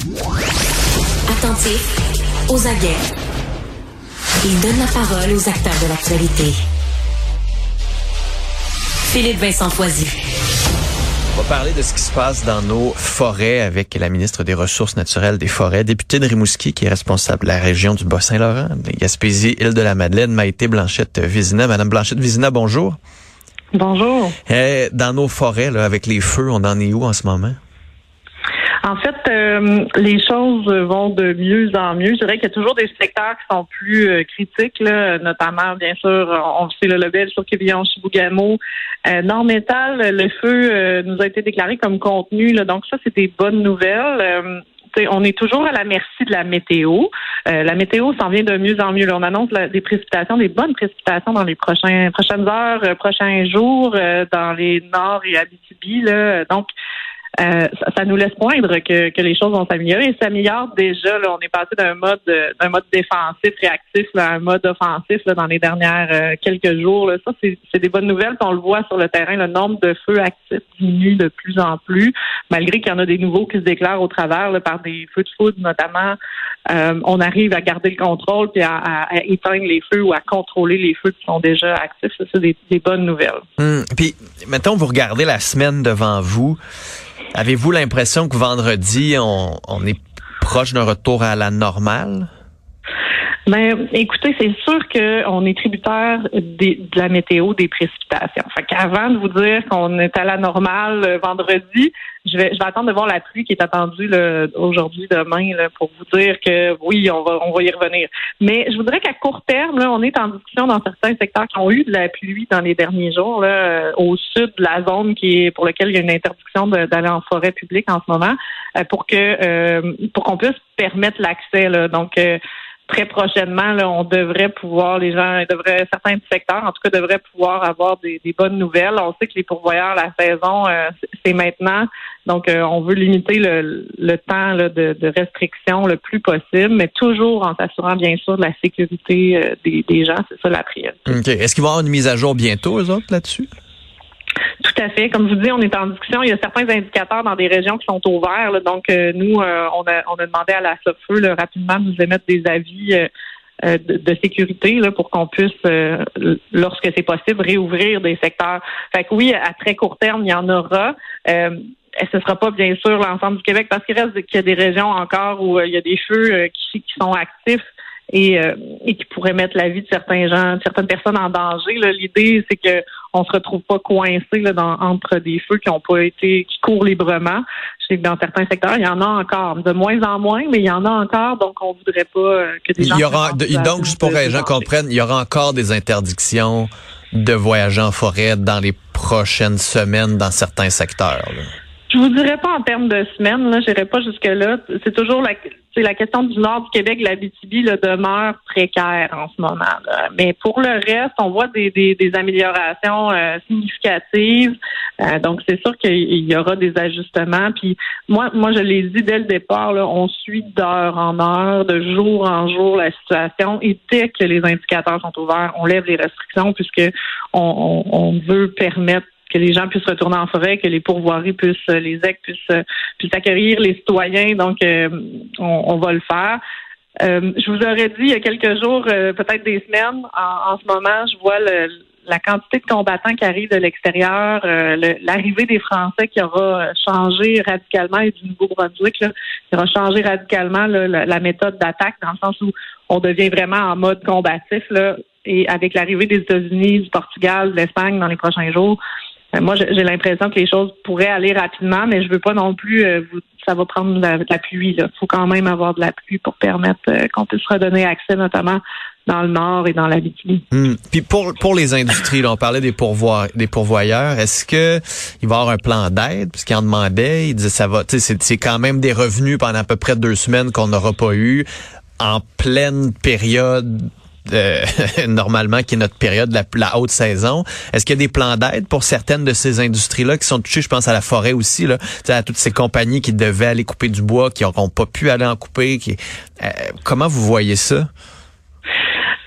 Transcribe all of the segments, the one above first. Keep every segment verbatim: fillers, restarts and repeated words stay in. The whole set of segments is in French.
Attentif, aux aguets. Il donne la parole aux acteurs de l'actualité. Philippe Vincent Foisy. On va parler de ce qui se passe dans nos forêts avec la ministre des Ressources naturelles des Forêts, députée de Rimouski, qui est responsable de la région du Bas-Saint-Laurent, de Gaspésie, Île-de-la-Madeleine, Maïté Blanchette-Vizina. Madame Blanchette-Vizina, bonjour. Bonjour. Eh, dans nos forêts, là, avec les feux, on en est où en ce moment? En fait, euh, les choses vont de mieux en mieux. Je dirais qu'il y a toujours des secteurs qui sont plus euh, critiques, là, notamment, bien sûr, on sait le Lebel sur Quévillon, Chibougamau. Euh, Nord-Métal, le feu euh, nous a été déclaré comme contenu, là, donc ça, c'est des bonnes nouvelles. Euh, on est toujours à la merci de la météo. Euh, la météo s'en vient de mieux en mieux. Là, on annonce la, des précipitations, des bonnes précipitations dans les prochains, prochaines heures, euh, prochains jours, euh, dans les Nord et Abitibi. Là. Donc, Euh, ça, ça nous laisse poindre que, que les choses vont s'améliorer. Et s'améliorent déjà. Là, on est passé d'un mode d'un mode défensif, réactif, là, à un mode offensif là, dans les dernières euh, quelques jours. Là. Ça, c'est, c'est des bonnes nouvelles. Puis on le voit sur le terrain. Le nombre de feux actifs diminue de plus en plus, malgré qu'il y en a des nouveaux qui se déclarent au travers là, par des feux de foudre notamment. Euh, on arrive à garder le contrôle puis à, à, à éteindre les feux ou à contrôler les feux qui sont déjà actifs. Ça, c'est des, des bonnes nouvelles. Hum, puis, mettons, vous regardez la semaine devant vous. Avez-vous l'impression que vendredi, on, on est proche d'un retour à la normale? Ben, écoutez, c'est sûr qu'on est tributaire des, de la météo, des précipitations. Fait qu'avant de vous dire qu'on est à la normale euh, vendredi, je vais, je vais attendre de voir la pluie qui est attendue là, aujourd'hui, demain, là, pour vous dire que oui, on va, on va y revenir. Mais je voudrais qu'à court terme, là, on est en discussion dans certains secteurs qui ont eu de la pluie dans les derniers jours, là, euh, au sud de la zone qui est pour laquelle il y a une interdiction de, d'aller en forêt publique en ce moment, euh, pour que euh, pour qu'on puisse permettre l'accès. Là. Donc euh, Très prochainement, là, on devrait pouvoir, les gens devraient, certains secteurs, en tout cas, devraient pouvoir avoir des, des bonnes nouvelles. On sait que les pourvoyeurs, la saison, euh, c'est maintenant. Donc, euh, on veut limiter le, le temps là, de, de restriction le plus possible, mais toujours en s'assurant, bien sûr, de la sécurité euh, des, des gens. C'est ça la priorité. OK. Est-ce qu'il va y avoir une mise à jour bientôt, eux autres, là-dessus? Tout à fait. Comme je vous dis, on est en discussion. Il y a certains indicateurs dans des régions qui sont au vert. Là. Donc, euh, nous, euh, on, a, on a demandé à la SOPFEU là, rapidement de nous émettre des avis euh, euh, de, de sécurité là, pour qu'on puisse, euh, lorsque c'est possible, réouvrir des secteurs. Fait que oui, à très court terme, il y en aura. Euh, ce ne sera pas, bien sûr, l'ensemble du Québec parce qu'il reste qu'il y a des régions encore où euh, il y a des feux euh, qui, qui sont actifs. Et, euh, et qui pourrait mettre la vie de certains gens, de certaines personnes en danger. Là. L'idée, c'est que on se retrouve pas coincé là, dans, entre des feux qui ont pas été, qui courent librement. Je sais que dans certains secteurs, il y en a encore, de moins en moins, mais il y en a encore, donc on voudrait pas euh, que des gens. Il y aura de, donc juste pour que les gens comprennent, il y aura encore des interdictions de voyager en forêt dans les prochaines semaines dans certains secteurs. Là. Je vous dirais pas en termes de semaines, là, j'irai pas jusque là. C'est toujours la, c'est la question du nord du Québec, l'Abitibi, là, demeure précaire en ce moment. Là. Mais pour le reste, on voit des, des, des améliorations euh, significatives. Euh, donc c'est sûr qu'il y aura des ajustements. Puis moi, moi, je l'ai dit dès le départ, là, on suit d'heure en heure, de jour en jour la situation. Et dès que les indicateurs sont ouverts, on lève les restrictions puisque on, on, on veut permettre que les gens puissent retourner en forêt, que les pourvoiries puissent, les E C puissent, puissent accueillir les citoyens. Donc, euh, on, on va le faire. Euh, je vous aurais dit il y a quelques jours, euh, peut-être des semaines, en, en ce moment, je vois le, la quantité de combattants qui arrivent de l'extérieur, euh, le, l'arrivée des Français qui aura changé radicalement, et du Nouveau-Brunswick, là, qui aura changé radicalement là, la, la méthode d'attaque, dans le sens où on devient vraiment en mode combatif, là, et avec l'arrivée des États-Unis, du Portugal, de l'Espagne dans les prochains jours. Moi, j'ai l'impression que les choses pourraient aller rapidement, mais je veux pas non plus, euh, vous, ça va prendre de la, de la pluie. Il faut quand même avoir de la pluie pour permettre euh, qu'on puisse redonner accès, notamment dans le nord et dans l'Abitibi. Hum. Puis pour pour les industries, là, on parlait des pourvoyeurs, des pourvoyeurs. Est-ce que il va y avoir un plan d'aide, puisqu'ils en demandaient, ils disaient ça va, tu sais, c'est, c'est quand même des revenus pendant à peu près deux semaines qu'on n'aura pas eu en pleine période. Euh, normalement, qui est notre période, la, la haute saison. Est-ce qu'il y a des plans d'aide pour certaines de ces industries-là qui sont touchées? Je pense à la forêt aussi, là, à toutes ces compagnies qui devaient aller couper du bois, qui n'auront pas pu aller en couper. Qui, euh, comment vous voyez ça?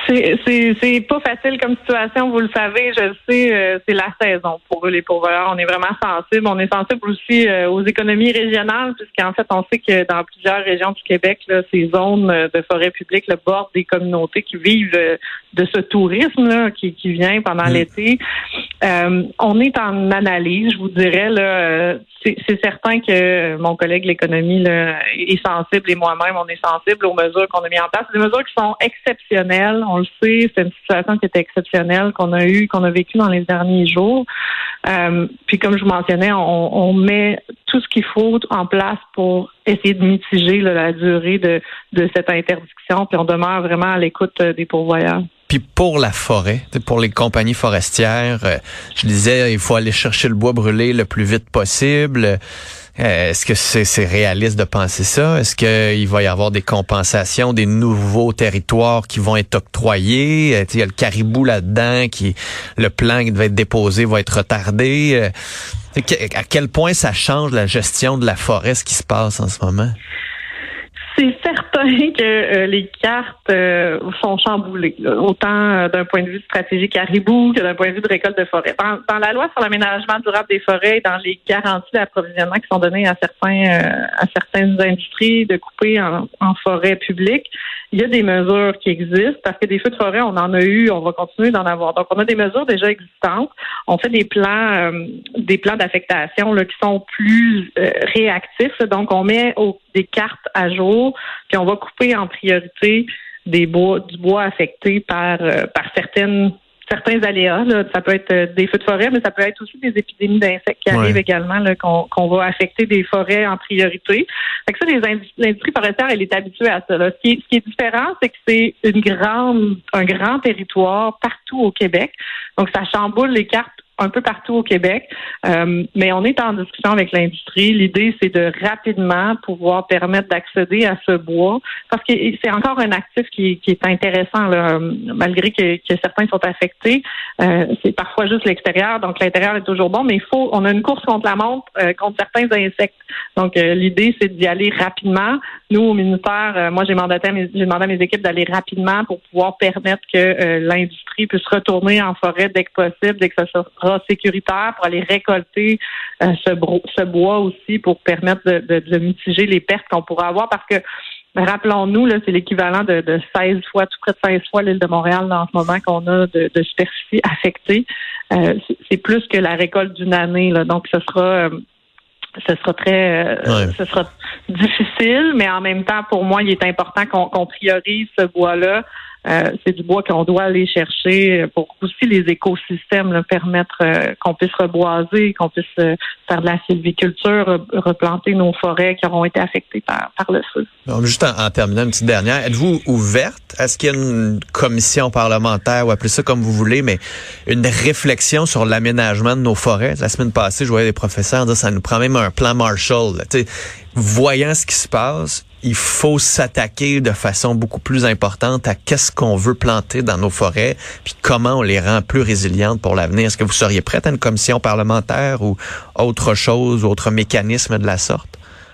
C'est, c'est, c'est pas facile comme situation, vous le savez, je le sais, euh, c'est la saison pour eux, les pourvoyeurs. On est vraiment sensible. On est sensible aussi euh, aux économies régionales, puisqu'en fait, on sait que dans plusieurs régions du Québec, là, ces zones de forêt publique le bordent des communautés qui vivent euh, de ce tourisme là, qui, qui vient pendant mmh. l'été. Euh, on est en analyse, je vous dirais, là, euh, c'est, c'est certain que mon collègue l'économie là, est sensible et moi-même, on est sensible aux mesures qu'on a mises en place. C'est des mesures qui sont exceptionnelles. On le sait, c'est une situation qui était exceptionnelle qu'on a eue, qu'on a vécue dans les derniers jours. Euh, puis comme je vous mentionnais, on, on met tout ce qu'il faut en place pour essayer de mitiger là, la durée de, de cette interdiction. Puis on demeure vraiment à l'écoute des pourvoyeurs. Puis pour la forêt, pour les compagnies forestières, euh, je disais, il faut aller chercher le bois brûlé le plus vite possible. Euh, est-ce que c'est, c'est réaliste de penser ça? Est-ce qu'il va y avoir des compensations, des nouveaux territoires qui vont être octroyés? Euh, il y a le caribou là-dedans, qui le plan qui devait être déposé va être retardé. Euh, à quel point ça change la gestion de la forêt, ce qui se passe en ce moment? C'est certain que euh, les cartes euh, sont chamboulées, là, autant euh, d'un point de vue stratégique caribou que d'un point de vue de récolte de forêt. Dans, dans la loi sur l'aménagement durable des forêts, dans les garanties d'approvisionnement qui sont données à certains euh, à certaines industries de couper en, en forêt publique, il y a des mesures qui existent parce que des feux de forêt, on en a eu, on va continuer d'en avoir. Donc, on a des mesures déjà existantes. On fait des plans euh, des plans d'affectation là, qui sont plus euh, réactifs. Donc, on met au, des cartes à jour, puis on va couper en priorité des bois, du bois affecté par euh, par certaines certains aléas. Là. Ça peut être des feux de forêt, mais ça peut être aussi des épidémies d'insectes qui arrivent ouais. également, là, qu'on, qu'on va affecter des forêts en priorité. Fait que ça, les industries, l'industrie forestière, elle est habituée à ça. Là. Ce qui est, ce qui est différent, c'est que c'est une grande, un grand territoire partout au Québec. Donc, ça chamboule les cartes un peu partout au Québec, euh, mais on est en discussion avec l'industrie. L'idée, c'est de rapidement pouvoir permettre d'accéder à ce bois, parce que c'est encore un actif qui, qui est intéressant, là, malgré que, que certains sont affectés. Euh, c'est parfois juste l'extérieur, donc l'intérieur est toujours bon, mais il faut, on a une course contre la montre euh, contre certains insectes. Donc, euh, l'idée, c'est d'y aller rapidement. Nous, au ministère, euh, moi, j'ai mandaté à mes, j'ai demandé à mes équipes d'aller rapidement pour pouvoir permettre que euh, l'industrie puisse retourner en forêt dès que possible, dès que ça sera sécuritaire, pour aller récolter euh, ce, bro- ce bois aussi pour permettre de, de, de mitiger les pertes qu'on pourrait avoir, parce que rappelons-nous, là, c'est l'équivalent de, de seize fois, tout près de seize fois l'île de Montréal là, en ce moment qu'on a de, de superficie affectée. Euh, c'est, c'est plus que la récolte d'une année, là, donc ce sera euh, ce sera très euh, ouais. ce sera difficile, mais en même temps, pour moi, il est important qu'on, qu'on priorise ce bois-là. Euh, c'est du bois qu'on doit aller chercher pour aussi les écosystèmes, là, permettre euh, qu'on puisse reboiser, qu'on puisse euh, faire de la sylviculture, re- replanter nos forêts qui auront été affectées par, par le feu. Donc, juste en, en terminant, une petite dernière, êtes-vous ouverte? Est-ce qu'il y a une commission parlementaire, ou appelez ça comme vous voulez, mais une réflexion sur l'aménagement de nos forêts? La semaine passée, je voyais des professeurs dire ça nous prend même un plan Marshall. Là. Voyant ce qui se passe, il faut s'attaquer de façon beaucoup plus importante à qu'est-ce qu'on veut planter dans nos forêts, puis comment on les rend plus résilientes pour l'avenir. Est-ce que vous seriez prête à une commission parlementaire ou autre chose, ou autre mécanisme de la sorte?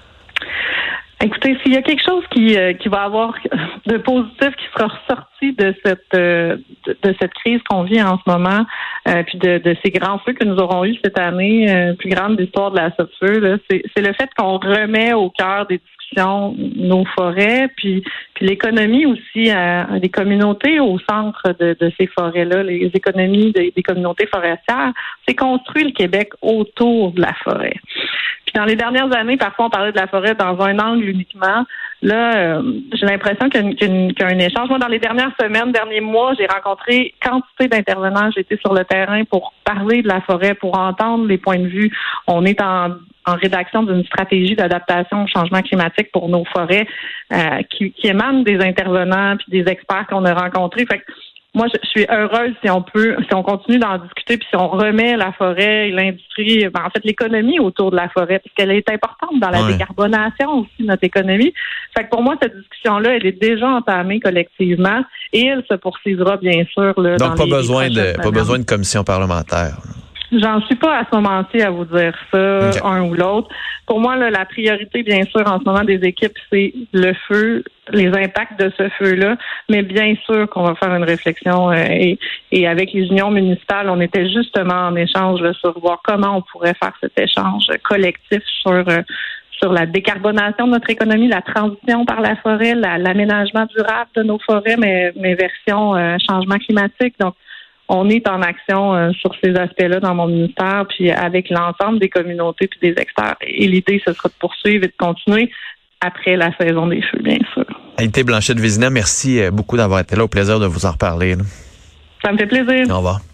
Écoutez, s'il y a quelque chose qui euh, qui va avoir de positif qui sera ressorti de cette euh, de, de cette crise qu'on vit en ce moment, euh, puis de, de ces grands feux que nous aurons eus cette année, euh, plus grande de l'histoire de la Sopfeu, là, c'est, c'est le fait qu'on remet au cœur des discussions nos forêts, puis puis l'économie aussi, euh, des communautés au centre de, de ces forêts-là, les économies des, des communautés forestières. C'est construire le Québec autour de la forêt. Puis dans les dernières années, parfois on parlait de la forêt dans un angle uniquement. Là, euh, j'ai l'impression qu'il y a, une, qu'il y a, une, qu'il y a un échange. Moi, dans les dernières semaines, derniers mois, j'ai rencontré quantité d'intervenants. J'ai été sur le terrain pour parler de la forêt, pour entendre les points de vue. On est en, en rédaction d'une stratégie d'adaptation au changement climatique pour nos forêts euh, qui, qui émane des intervenants puis des experts qu'on a rencontrés. Fait que moi, je suis heureuse si on peut, si on continue d'en discuter, puis si on remet la forêt et l'industrie, ben, en fait, l'économie autour de la forêt, parce qu'elle est importante dans la ouais. décarbonation aussi de notre économie. Fait que pour moi, cette discussion-là, elle est déjà entamée collectivement et elle se poursuivra bien sûr. Là, Donc, dans pas les, besoin les de pas besoin de commission parlementaire. J'en suis pas à ce moment-ci à vous dire ça, okay. un ou l'autre. Pour moi, là, la priorité, bien sûr, en ce moment des équipes, c'est le feu, les impacts de ce feu-là. Mais bien sûr qu'on va faire une réflexion euh, et, et avec les unions municipales, on était justement en échange là, sur voir comment on pourrait faire cet échange collectif sur euh, sur la décarbonation de notre économie, la transition par la forêt, la, l'aménagement durable de nos forêts, mais, mais version euh, changement climatique. Donc, on est en action euh, sur ces aspects-là dans mon ministère, puis avec l'ensemble des communautés puis des experts. Et l'idée, ce sera de poursuivre et de continuer après la saison des feux, bien sûr. Aïté Blanchette-Vézina, merci beaucoup d'avoir été là. Au plaisir de vous en reparler. Là. Ça me fait plaisir. Au revoir.